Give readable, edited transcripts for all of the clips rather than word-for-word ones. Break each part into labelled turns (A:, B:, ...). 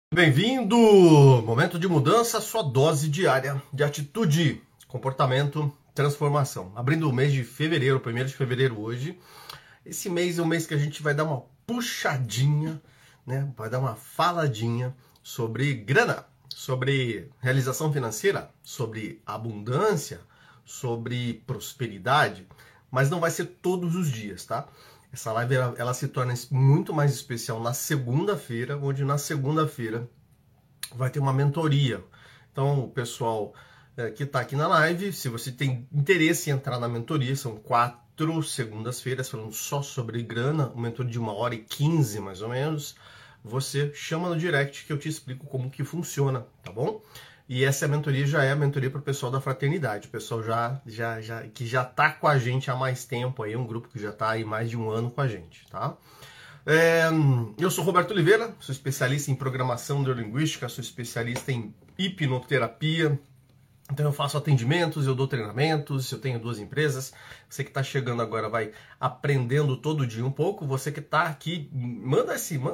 A: Bem-vindo! Momento de mudança, sua dose diária de atitude, comportamento, transformação. Abrindo o mês de fevereiro, 1º de fevereiro hoje. Esse mês é um mês que a gente vai dar uma puxadinha, né? Vai dar uma faladinha sobre grana, sobre realização financeira, sobre abundância, sobre prosperidade, mas não vai ser todos os dias, tá? Essa live ela se torna muito mais especial na segunda-feira, onde na segunda-feira vai ter uma mentoria. Então, o pessoal que está aqui na live, se você tem interesse em entrar na mentoria, são 4 segundas-feiras falando só sobre grana, uma mentoria de 1h15 mais ou menos. Você chama no direct que eu te explico como que funciona, tá bom? E essa mentoria já é a mentoria para o pessoal da fraternidade, o pessoal que já está com a gente há mais tempo, aí, um grupo que já está aí mais de um ano com a gente, tá? Eu sou Roberto Oliveira, sou especialista em programação neurolinguística, sou especialista em hipnoterapia, então eu faço atendimentos, eu dou treinamentos, eu tenho 2 empresas. Você que está chegando agora vai aprendendo todo dia um pouco, você que está aqui, manda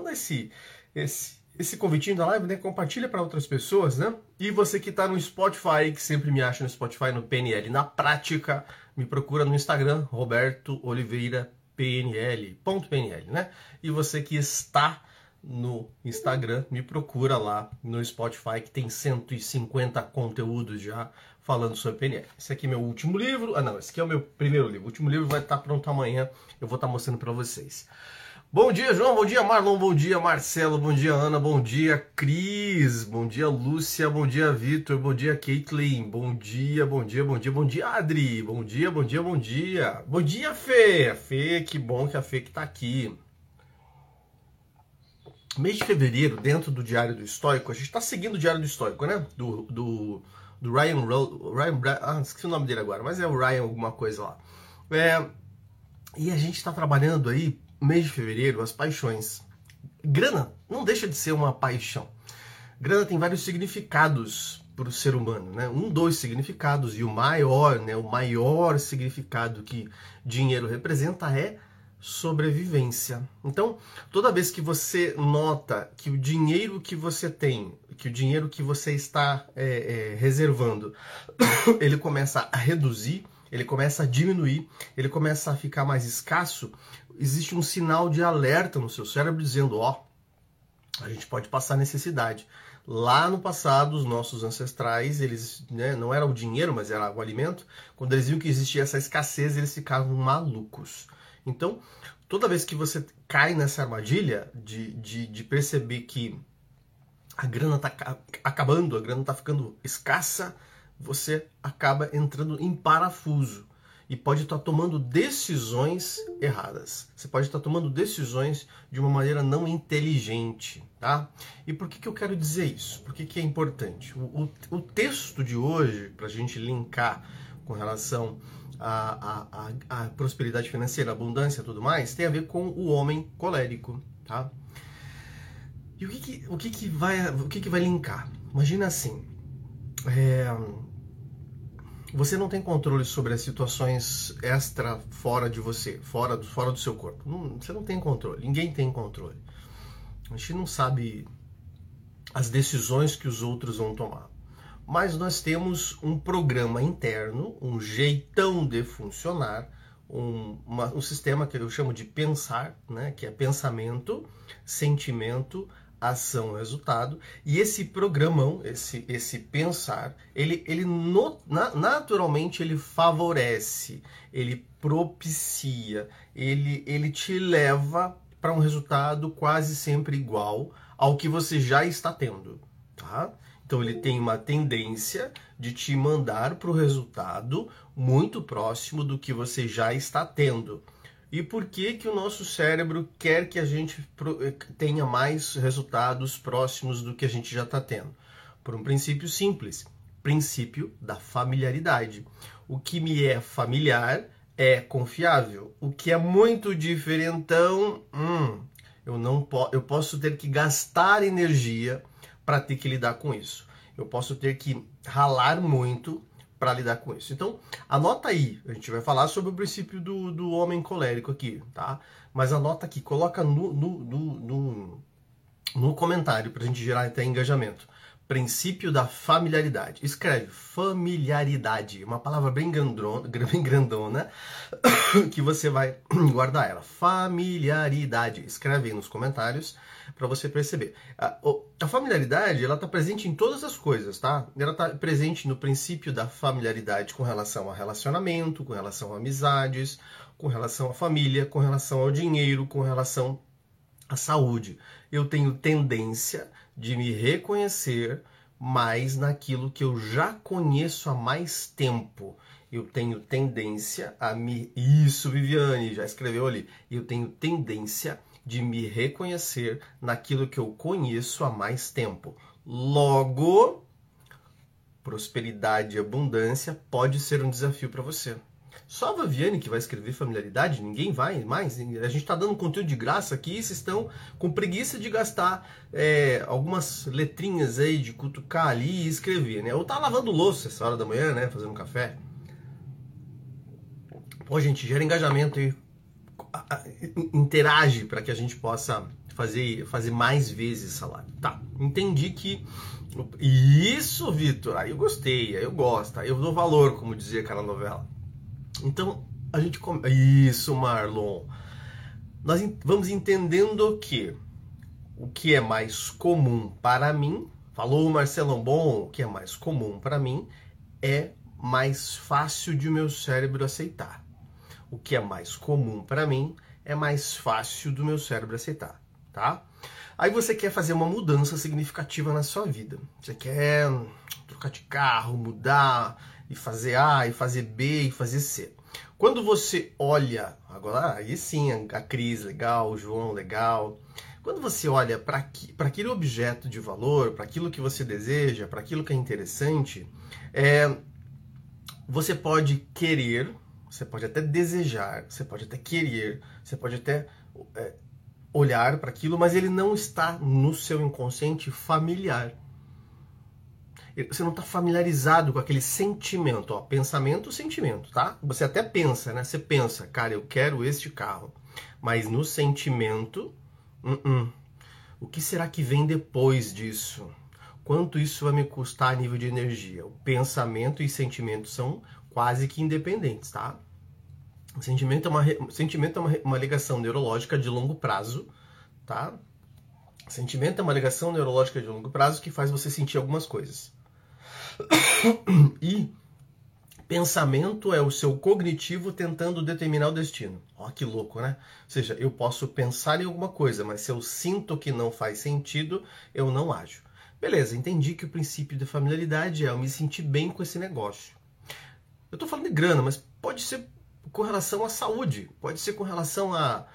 A: esse convitinho da live, né? Compartilha para outras pessoas, né? E você que está no Spotify, que sempre me acha no Spotify, no PNL na prática, me procura no Instagram, Roberto Oliveira PNL, né? E você que está no Instagram, me procura lá no Spotify, que tem 150 conteúdos já falando sobre PNL. Esse aqui é meu último livro. Esse aqui é o meu primeiro livro. O último livro vai estar pronto amanhã, eu vou estar mostrando para vocês. Bom dia, João. Bom dia, Marlon. Bom dia, Marcelo. Bom dia, Ana. Bom dia, Cris. Bom dia, Lúcia. Bom dia, Vitor. Bom dia, Caitlin. Bom dia, bom dia, bom dia, bom dia, Adri. Bom dia, bom dia, bom dia. Bom dia, Fê. Fê, que bom que a Fê que tá aqui. Mês de fevereiro, dentro do Diário do Estoico, a gente está seguindo o Diário do Estoico, né? Do Ryan esqueci o nome dele agora, mas é o Ryan alguma coisa lá. E a gente está trabalhando aí, mês de fevereiro, as paixões. Grana não deixa de ser uma paixão. Grana tem vários significados para o ser humano, né? 2 significados, e o maior, né? O maior significado que dinheiro representa é sobrevivência. Então, toda vez que você nota que o dinheiro que você tem, que o dinheiro que você está reservando, ele começa a reduzir, ele começa a diminuir, ele começa a ficar mais escasso, existe um sinal de alerta no seu cérebro dizendo, a gente pode passar necessidade. Lá no passado, os nossos ancestrais, eles, né, não era o dinheiro, mas era o alimento, quando eles viam que existia essa escassez, eles ficavam malucos. Então, toda vez que você cai nessa armadilha de perceber que a grana está acabando, a grana está ficando escassa, você acaba entrando em parafuso e pode estar tomando decisões erradas. Você pode estar tomando decisões de uma maneira não inteligente, tá? E por que eu quero dizer isso? Por que é importante? O texto de hoje, para a gente linkar com relação a prosperidade financeira, a abundância e tudo mais, tem a ver com o homem colérico, tá? E o que vai linkar? Imagina assim, você não tem controle sobre as situações extra fora de você, fora do seu corpo. Você não tem controle, ninguém tem controle. A gente não sabe as decisões que os outros vão tomar. Mas nós temos um programa interno, um jeitão de funcionar, um sistema que eu chamo de pensar, né? Que é pensamento, sentimento, ação, resultado. E esse programão, esse pensar, ele naturalmente ele favorece, ele propicia, ele te leva para um resultado quase sempre igual ao que você já está tendo, tá? Então ele tem uma tendência de te mandar para o resultado muito próximo do que você já está tendo. E por que o nosso cérebro quer que a gente tenha mais resultados próximos do que a gente já está tendo? Por um princípio simples, princípio da familiaridade. O que me é familiar é confiável. O que é muito diferentão, eu posso ter que gastar energia para ter que lidar com isso. Eu posso ter que ralar muito para lidar com isso. Então, anota aí. A gente vai falar sobre o princípio do homem colérico aqui, tá? Mas anota aqui, coloca no no comentário para a gente gerar até engajamento. Princípio da familiaridade. Escreve familiaridade, uma palavra bem grandona, que você vai guardar ela. Familiaridade. Escreve aí nos comentários para você perceber. A familiaridade, ela está presente em todas as coisas, tá? Ela está presente no princípio da familiaridade com relação a relacionamento, com relação a amizades, com relação à família, com relação ao dinheiro, com relação à saúde. Eu tenho tendência de me reconhecer mais naquilo que eu já conheço há mais tempo. Eu tenho tendência a me... Isso, Viviane, já escreveu ali. Eu tenho tendência de me reconhecer naquilo que eu conheço há mais tempo. Logo, prosperidade e abundância pode ser um desafio para você. Só a Viviane que vai escrever familiaridade, ninguém vai mais. A gente está dando conteúdo de graça aqui e vocês estão com preguiça de gastar algumas letrinhas aí, de cutucar ali e escrever, né? Ou tá lavando louça essa hora da manhã, né? Fazendo café. Pô, gente, gera engajamento e interage para que a gente possa fazer mais vezes essa live. Tá, entendi que... Isso, Vitor, aí eu gostei, aí eu gosto, aí eu dou valor, como dizia aquela novela. Então, a gente... Isso, Marlon. Nós vamos entendendo que o que é mais comum para mim, falou o Marcelão, bom, o que é mais comum para mim é mais fácil de o meu cérebro aceitar. O que é mais comum para mim é mais fácil do meu cérebro aceitar, tá? Aí você quer fazer uma mudança significativa na sua vida. Você quer trocar de carro, mudar... e fazer A, e fazer B, e fazer C. Quando você olha, agora aí sim, a Cris legal, o João legal, quando você olha para aquele objeto de valor, para aquilo que você deseja, para aquilo que é interessante, você pode querer, você pode até desejar, você pode até querer, você pode até olhar para aquilo, mas ele não está no seu inconsciente familiar. Você não está familiarizado com aquele sentimento, ó, pensamento, sentimento, tá? Você até pensa, né? Você pensa, cara, eu quero este carro, mas no sentimento, o que será que vem depois disso? Quanto isso vai me custar a nível de energia? O pensamento e sentimento são quase que independentes, tá? O sentimento é uma ligação neurológica de longo prazo, tá? Sentimento é uma ligação neurológica de longo prazo que faz você sentir algumas coisas. E pensamento é o seu cognitivo tentando determinar o destino. Ó, que louco, né? Ou seja, eu posso pensar em alguma coisa, mas se eu sinto que não faz sentido, eu não ajo. Beleza, entendi que o princípio da familiaridade é eu me sentir bem com esse negócio. Eu tô falando de grana, mas pode ser com relação à saúde, pode ser com relação a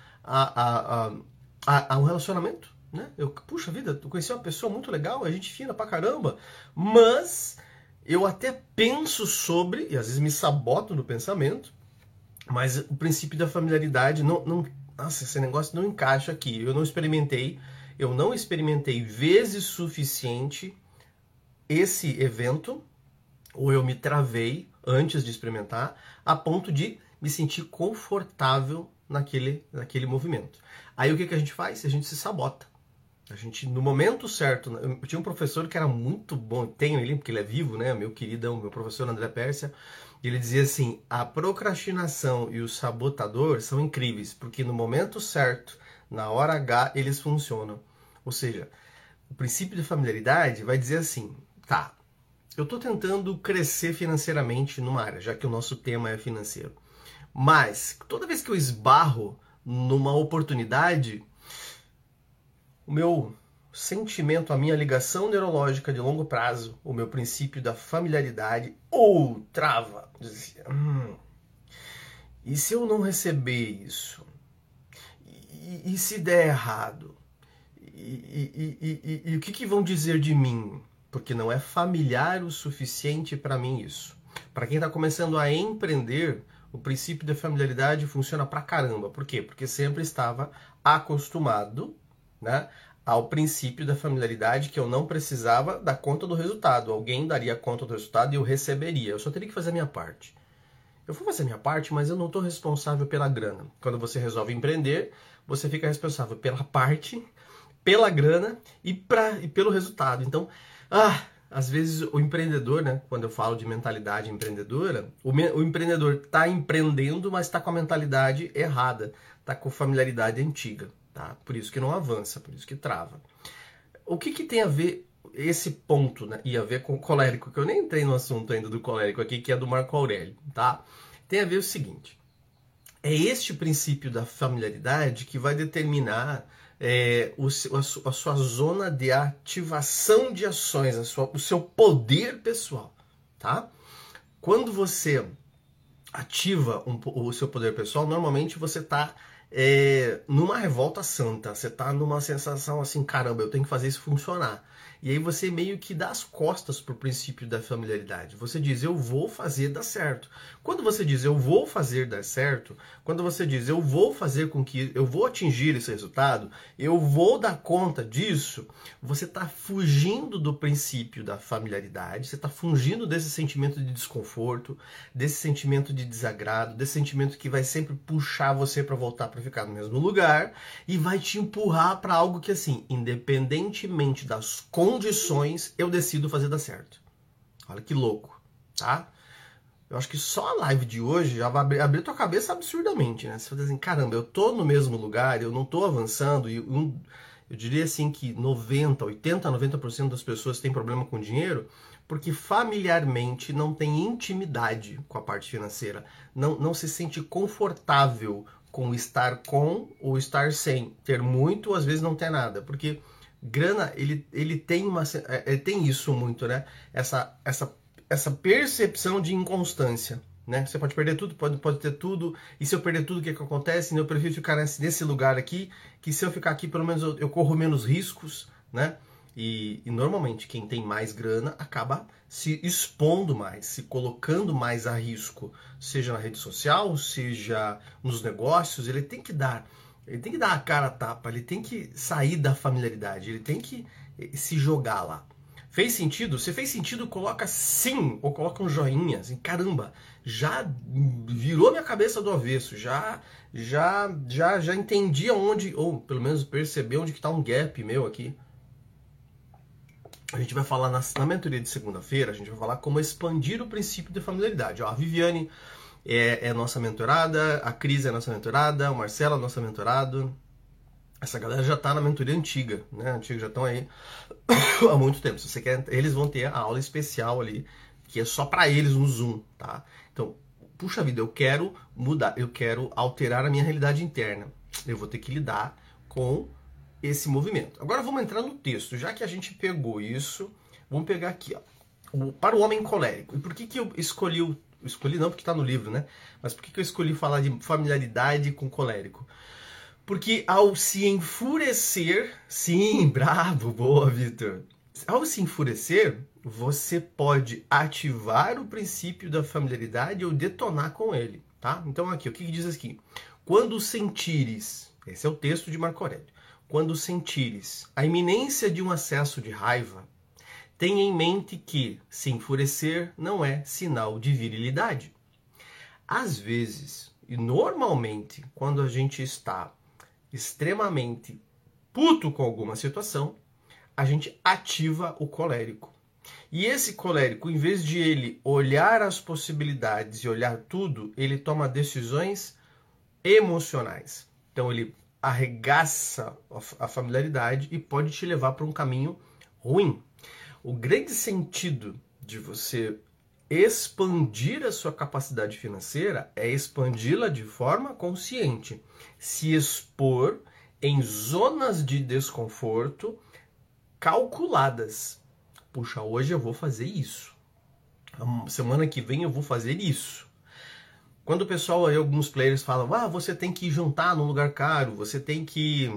A: um relacionamento, né? Puxa vida, eu conheci uma pessoa muito legal, a gente fina pra caramba, mas eu até penso sobre, e às vezes me saboto no pensamento, mas o princípio da familiaridade, nossa, esse negócio não encaixa aqui. Eu não experimentei vezes suficiente esse evento, ou eu me travei antes de experimentar, a ponto de me sentir confortável naquele movimento. Aí o que a gente faz? A gente se sabota. A gente, no momento certo, eu tinha um professor que era muito bom, tenho ele, porque ele é vivo, né? Meu queridão, meu professor André Pérsia, ele dizia assim, a procrastinação e o sabotador são incríveis, porque no momento certo, na hora H, eles funcionam. Ou seja, o princípio de familiaridade vai dizer assim, tá, eu estou tentando crescer financeiramente numa área, já que o nosso tema é financeiro. Mas, toda vez que eu esbarro numa oportunidade, o meu sentimento, a minha ligação neurológica de longo prazo, o meu princípio da familiaridade, trava. Dizia, e se eu não receber isso? E se der errado? E o que vão dizer de mim? Porque não é familiar o suficiente para mim isso. Para quem está começando a empreender, o princípio da familiaridade funciona pra caramba. Por quê? Porque sempre estava acostumado, né, ao princípio da familiaridade, que eu não precisava dar conta do resultado. Alguém daria conta do resultado e eu receberia. Eu só teria que fazer a minha parte. Eu vou fazer a minha parte, mas eu não estou responsável pela grana. Quando você resolve empreender, você fica responsável pela parte, pela grana e pelo resultado. Então, às vezes o empreendedor, né, quando eu falo de mentalidade empreendedora, o empreendedor está empreendendo, mas está com a mentalidade errada, está com familiaridade antiga, tá? Por isso que não avança, por isso que trava. O que tem a ver esse ponto, né, e a ver com o colérico, que eu nem entrei no assunto ainda do colérico aqui, que é do Marco Aurélio, tá? Tem a ver o seguinte, é este princípio da familiaridade que vai determinar a sua zona de ativação de ações, o seu poder pessoal, tá? Quando você ativa o seu poder pessoal, normalmente você está numa revolta santa, você está numa sensação assim, caramba, eu tenho que fazer isso funcionar. E aí você meio que dá as costas para o princípio da familiaridade. Você diz, eu vou fazer dar certo. Quando você diz, eu vou fazer dar certo, quando você diz, eu vou fazer com que eu vou atingir esse resultado, eu vou dar conta disso, você está fugindo do princípio da familiaridade, você está fugindo desse sentimento de desconforto, desse sentimento de desagrado, desse sentimento que vai sempre puxar você para voltar para ficar no mesmo lugar e vai te empurrar para algo que, assim, independentemente das condições, eu decido fazer dar certo. Olha que louco, tá? Eu acho que só a live de hoje já vai abrir tua cabeça absurdamente, né? Você fala assim, caramba, eu tô no mesmo lugar, eu não tô avançando, e eu diria assim que 90% das pessoas têm problema com dinheiro porque familiarmente não tem intimidade com a parte financeira, não se sente confortável com estar com ou estar sem, ter muito ou às vezes não ter nada, porque grana, ele tem isso muito, né? Essa percepção de inconstância, né? Você pode perder tudo, pode ter tudo, e se eu perder tudo, o que acontece? Eu prefiro ficar nesse lugar aqui, que se eu ficar aqui, pelo menos eu corro menos riscos, né? E normalmente quem tem mais grana acaba se expondo mais, se colocando mais a risco, seja na rede social, seja nos negócios, ele tem que dar a cara a tapa, ele tem que sair da familiaridade, ele tem que se jogar lá. Fez sentido? Se fez sentido, coloca sim, ou coloca um joinha, assim, caramba, já virou minha cabeça do avesso, já entendi aonde, ou pelo menos percebi onde que tá um gap meu aqui. A gente vai falar na mentoria de segunda-feira, a gente vai falar como expandir o princípio de familiaridade. Ó, a Viviane é nossa mentorada, a Cris é nossa mentorada, o Marcelo é nosso mentorado. Essa galera já está na mentoria antiga, né? Antiga, já estão aí há muito tempo. Se você quer, eles vão ter a aula especial ali, que é só para eles no Zoom, tá? Então, puxa vida, eu quero mudar, eu quero alterar a minha realidade interna. Eu vou ter que lidar com esse movimento. Agora vamos entrar no texto. Já que a gente pegou isso, vamos pegar aqui, ó, para o homem colérico. E por que eu escolhi não porque está no livro, né? Mas por que eu escolhi falar de familiaridade com colérico? Porque ao se enfurecer, sim, bravo, boa, Vitor. Ao se enfurecer, você pode ativar o princípio da familiaridade ou detonar com ele, tá? Então aqui, o que diz aqui? Quando sentires, esse é o texto de Marco Aurélio, quando sentires a iminência de um acesso de raiva, tenha em mente que se enfurecer não é sinal de virilidade. Às vezes, e normalmente, quando a gente está extremamente puto com alguma situação, a gente ativa o colérico. E esse colérico, em vez de ele olhar as possibilidades e olhar tudo, ele toma decisões emocionais. Então ele arregaça a familiaridade e pode te levar para um caminho ruim. O grande sentido de você expandir a sua capacidade financeira é expandi-la de forma consciente. Se expor em zonas de desconforto calculadas. Puxa, hoje eu vou fazer isso. Semana que vem eu vou fazer isso. Quando o pessoal aí, alguns players falam, você tem que juntar num lugar caro, você tem que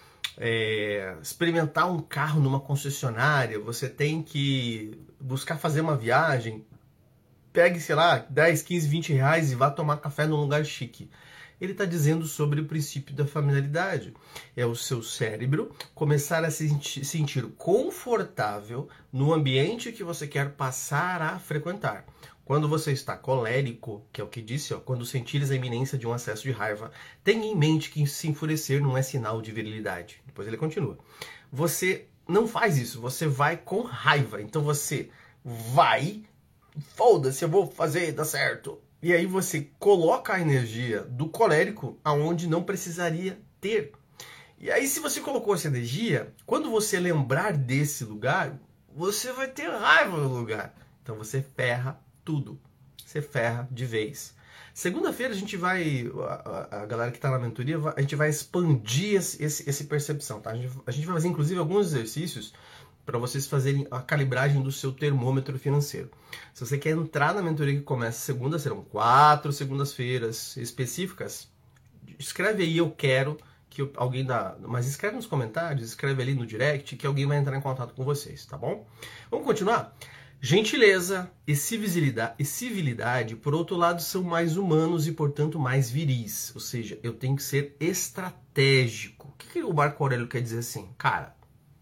A: experimentar um carro numa concessionária, você tem que buscar fazer uma viagem, pegue, sei lá, 10, 15, 20 reais e vá tomar café num lugar chique. Ele está dizendo sobre o princípio da familiaridade. É o seu cérebro começar a se sentir confortável no ambiente que você quer passar a frequentar. Quando você está colérico, que é o que disse, quando sentires a iminência de um acesso de raiva, tenha em mente que se enfurecer não é sinal de virilidade. Depois ele continua. você não faz isso, você vai com raiva. Então você vai, foda-se, eu vou fazer, dá certo. E aí você coloca a energia do colérico aonde não precisaria ter. E aí se você colocou essa energia, quando você lembrar desse lugar, você vai ter raiva do lugar. Então você ferra tudo. Você ferra de vez. Segunda-feira a gente vai, a galera que está na mentoria, a gente vai expandir esse percepção, tá? A gente vai fazer inclusive alguns exercícios para vocês fazerem a calibragem do seu termômetro financeiro. Se você quer entrar na mentoria que começa segunda, serão 4 segundas-feiras específicas, escreve aí, eu quero que alguém dá, mas escreve nos comentários, escreve ali no direct que alguém vai entrar em contato com vocês, tá bom? Vamos continuar? Gentileza e civilidade, por outro lado, são mais humanos e, portanto, mais viris. Ou seja, eu tenho que ser estratégico. O que o Marco Aurélio quer dizer assim? Cara,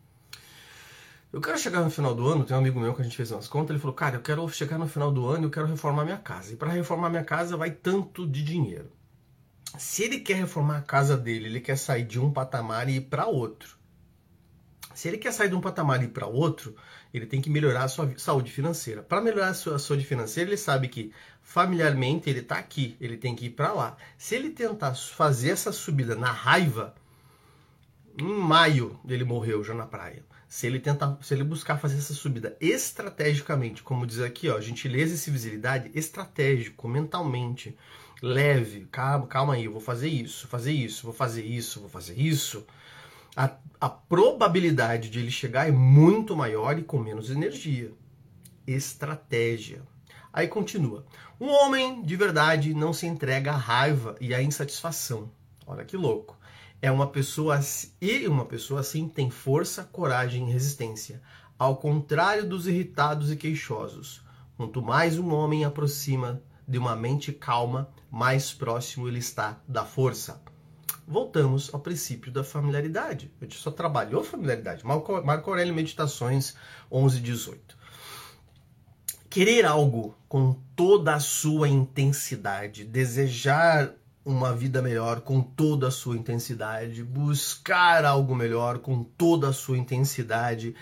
A: eu quero chegar no final do ano, tem um amigo meu que a gente fez umas contas, ele falou, cara, eu quero chegar no final do ano e eu quero reformar minha casa. E para reformar minha casa vai tanto de dinheiro. Se ele quer reformar a casa dele, ele quer sair de um patamar e ir para outro. Se ele quer sair de um patamar e ir para outro, ele tem que melhorar a sua saúde financeira. Para melhorar a sua saúde financeira, ele sabe que familiarmente ele está aqui, ele tem que ir para lá. Se ele tentar fazer essa subida na raiva, em maio ele morreu já na praia. Se ele buscar fazer essa subida estrategicamente, como diz aqui, ó, gentileza e civilidade, estratégico, mentalmente, leve, calma aí, eu vou fazer isso, vou fazer isso. A probabilidade de ele chegar é muito maior e com menos energia. Estratégia. Aí continua. Um homem de verdade não se entrega à raiva e à insatisfação. Olha que louco. Uma pessoa assim tem força, coragem e resistência. Ao contrário dos irritados e queixosos. Quanto mais um homem aproxima de uma mente calma, mais próximo ele está da força. Voltamos ao princípio da familiaridade. A gente só trabalhou familiaridade. Marco Aurélio, Meditações 11:18. Querer algo com toda a sua intensidade, desejar uma vida melhor com toda a sua intensidade, buscar algo melhor com toda a sua intensidade,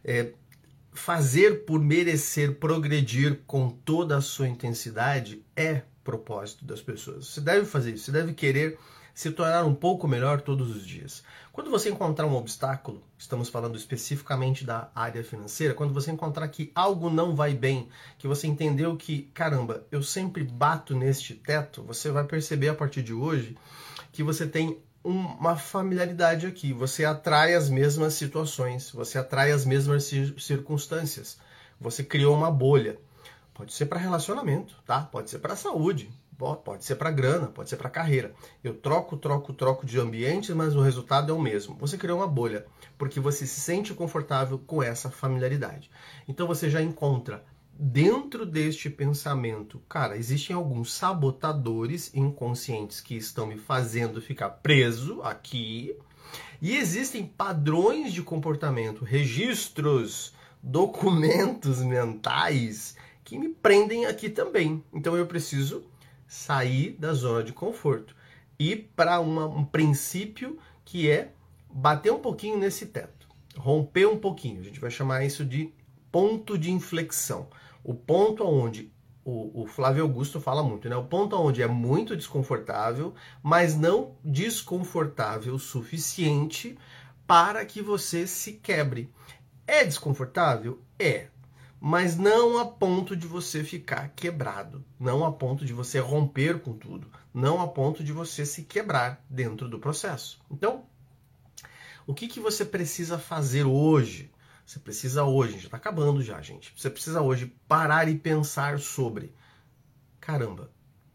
A: fazer por merecer, progredir com toda a sua intensidade é propósito das pessoas. Você deve fazer isso, você deve querer se tornar um pouco melhor todos os dias. Quando você encontrar um obstáculo, estamos falando especificamente da área financeira, quando você encontrar que algo não vai bem, que você entendeu que, caramba, eu sempre bato neste teto, você vai perceber a partir de hoje que você tem uma familiaridade aqui, você atrai as mesmas situações, você atrai as mesmas circunstâncias, você criou uma bolha. Pode ser para relacionamento, tá? Pode ser para saúde, pode ser para grana, pode ser para carreira. Eu troco de ambiente, mas o resultado é o mesmo. Você criou uma bolha, porque você se sente confortável com essa familiaridade. Então você já encontra dentro deste pensamento, cara, existem alguns sabotadores inconscientes que estão me fazendo ficar preso aqui, e existem padrões de comportamento, registros, documentos mentais que me prendem aqui também. Então eu preciso sair da zona de conforto e para um princípio que é bater um pouquinho nesse teto, romper um pouquinho. A gente vai chamar isso de ponto de inflexão. O ponto onde o Flávio Augusto fala muito, né? O ponto onde é muito desconfortável, mas não desconfortável o suficiente para que você se quebre. É desconfortável? É. Mas não a ponto de você ficar quebrado, não a ponto de você romper com tudo, não a ponto de você se quebrar dentro do processo. Então, o que você precisa fazer hoje? Você precisa hoje, já está acabando já, gente, você precisa hoje parar e pensar sobre, caramba,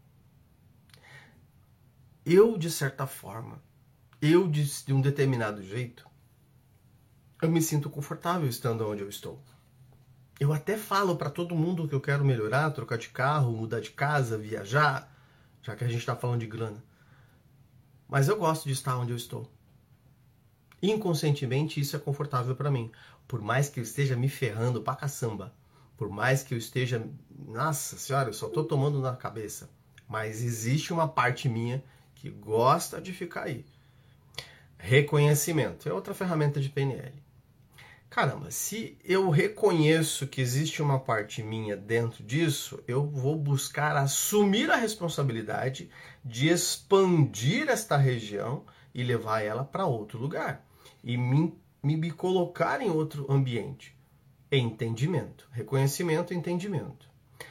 A: eu de certa forma, eu de um determinado jeito, eu me sinto confortável estando onde eu estou. Eu até falo para todo mundo que eu quero melhorar, trocar de carro, mudar de casa, viajar, já que a gente está falando de grana. Mas eu gosto de estar onde eu estou. Inconscientemente isso é confortável para mim. Por mais que eu esteja me ferrando pra caçamba, por mais que eu esteja, nossa senhora, eu só tô tomando na cabeça. Mas existe uma parte minha que gosta de ficar aí. Reconhecimento é outra ferramenta de PNL. Caramba, se eu reconheço que existe uma parte minha dentro disso, eu vou buscar assumir a responsabilidade de expandir esta região e levar ela para outro lugar. E me colocar em outro ambiente. Entendimento. Reconhecimento e entendimento.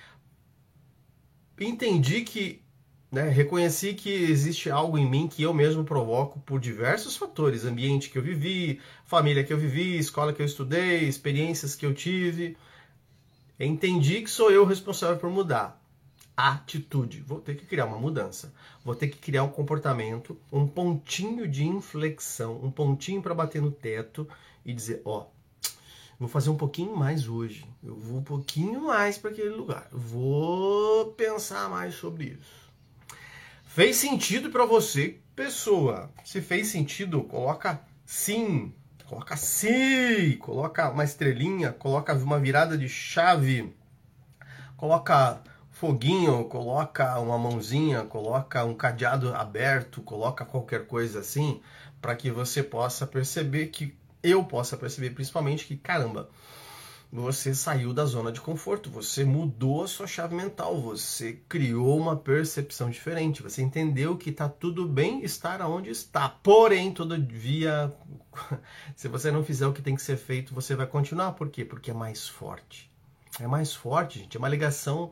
A: Entendi que, reconheci que existe algo em mim que eu mesmo provoco por diversos fatores. Ambiente que eu vivi, família que eu vivi, escola que eu estudei, experiências que eu tive. Entendi que sou eu responsável por mudar. Atitude. Vou ter que criar uma mudança. Vou ter que criar um comportamento, um pontinho de inflexão, um pontinho para bater no teto e dizer, vou fazer um pouquinho mais hoje. Eu vou um pouquinho mais para aquele lugar. Vou pensar mais sobre isso. Fez sentido para você, pessoa? Se fez sentido, coloca sim. Coloca sim. Coloca uma estrelinha, coloca uma virada de chave. Coloca foguinho, coloca uma mãozinha, coloca um cadeado aberto, coloca qualquer coisa assim, para que você possa perceber eu possa perceber principalmente que, caramba, você saiu da zona de conforto, você mudou a sua chave mental, você criou uma percepção diferente, você entendeu que está tudo bem estar onde está. Porém, todavia, se você não fizer o que tem que ser feito, você vai continuar. Por quê? Porque é mais forte. É mais forte, gente. É uma ligação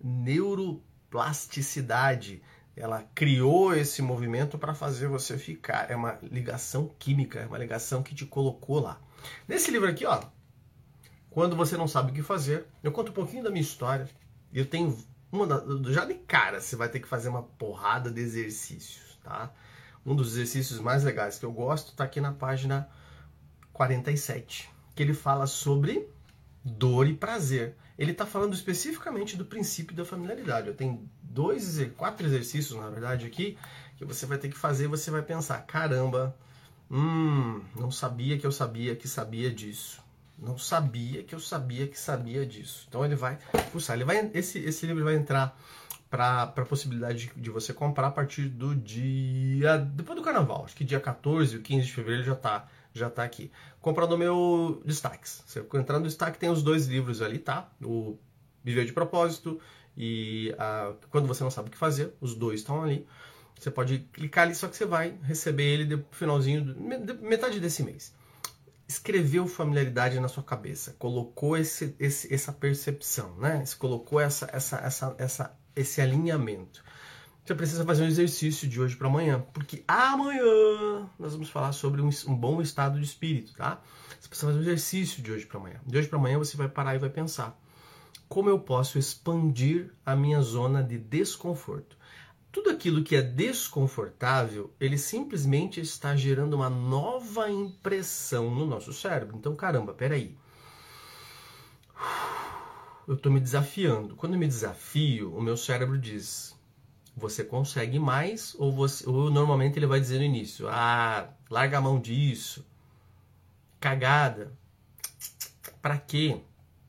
A: neuroplasticidade. Ela criou esse movimento para fazer você ficar. É uma ligação química, é uma ligação que te colocou lá. Nesse livro aqui, Quando Você Não Sabe o Que Fazer, eu conto um pouquinho da minha história. Eu tenho já de cara, você vai ter que fazer uma porrada de exercícios, tá? Um dos exercícios mais legais que eu gosto está aqui na página 47, que ele fala sobre dor e prazer. Ele está falando especificamente do princípio da familiaridade. Eu tenho 4 exercícios, na verdade, aqui, que você vai ter que fazer e você vai pensar, caramba, não sabia que eu sabia que sabia disso. Não sabia que eu sabia que sabia disso. Então ele vai pulsar. Esse livro vai entrar para a possibilidade de você comprar a partir do dia... Depois do carnaval. Acho que dia 14 ou 15 de fevereiro já tá aqui. Compra no meu destaques. Você entrar no destaque, tem os 2 livros ali, tá? O Viver de Propósito e Quando Você Não Sabe o Que Fazer. Os 2 estão ali. Você pode clicar ali, só que você vai receber ele no finalzinho, metade desse mês. Escreveu familiaridade na sua cabeça. Colocou essa percepção, né? Você colocou esse alinhamento. Você precisa fazer um exercício de hoje para amanhã, porque amanhã nós vamos falar sobre um bom estado de espírito, tá? Você precisa fazer um exercício de hoje para amanhã. De hoje para amanhã você vai parar e vai pensar: como eu posso expandir a minha zona de desconforto? Tudo aquilo que é desconfortável, ele simplesmente está gerando uma nova impressão no nosso cérebro. Então, caramba, peraí. Eu estou me desafiando. Quando eu me desafio, o meu cérebro diz: você consegue mais, ou normalmente ele vai dizer no início: larga a mão disso, cagada. Para quê?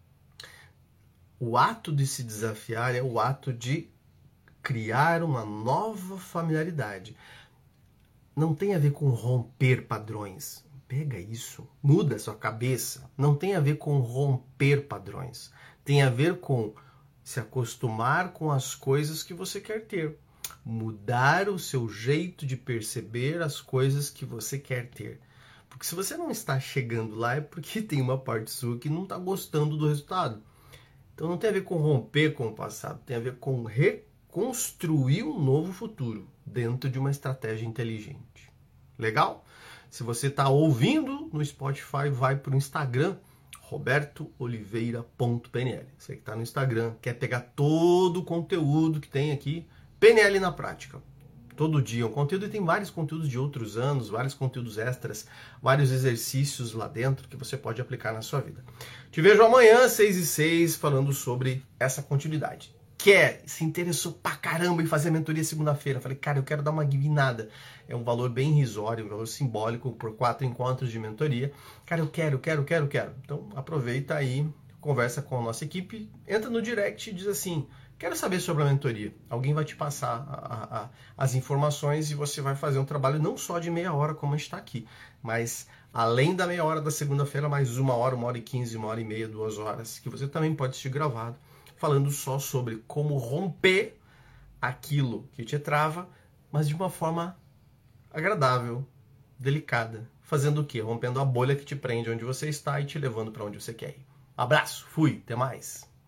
A: O ato de se desafiar é o ato de criar uma nova familiaridade. Não tem a ver com romper padrões. Pega isso, muda a sua cabeça. Não tem a ver com romper padrões. Tem a ver com se acostumar com as coisas que você quer ter. Mudar o seu jeito de perceber as coisas que você quer ter. Porque se você não está chegando lá, é porque tem uma parte sua que não está gostando do resultado. Então não tem a ver com romper com o passado, tem a ver com reconstruir um novo futuro dentro de uma estratégia inteligente. Legal? Se você está ouvindo no Spotify, vai para o Instagram, robertooliveira.pnl. Você que está no Instagram, quer pegar todo o conteúdo que tem aqui, PNL na prática. Todo dia um conteúdo, e tem vários conteúdos de outros anos, vários conteúdos extras, vários exercícios lá dentro que você pode aplicar na sua vida. Te vejo amanhã, 6h06, falando sobre essa continuidade. Se interessou pra caramba em fazer a mentoria segunda-feira. Falei, cara, eu quero dar uma guinada. É um valor bem irrisório, um valor simbólico por 4 encontros de mentoria. Cara, eu quero. Então aproveita aí, conversa com a nossa equipe, entra no direct e diz assim: quero saber sobre a mentoria. Alguém vai te passar as informações e você vai fazer um trabalho não só de meia hora como a gente está aqui, mas Além da meia hora da segunda-feira, mais 1 hora, 1h15, 1h30, 2 horas, que você também pode assistir gravado, falando só sobre como romper aquilo que te trava, mas de uma forma agradável, delicada. Fazendo o quê? Rompendo a bolha que te prende onde você está e te levando para onde você quer ir. Abraço, fui, até mais.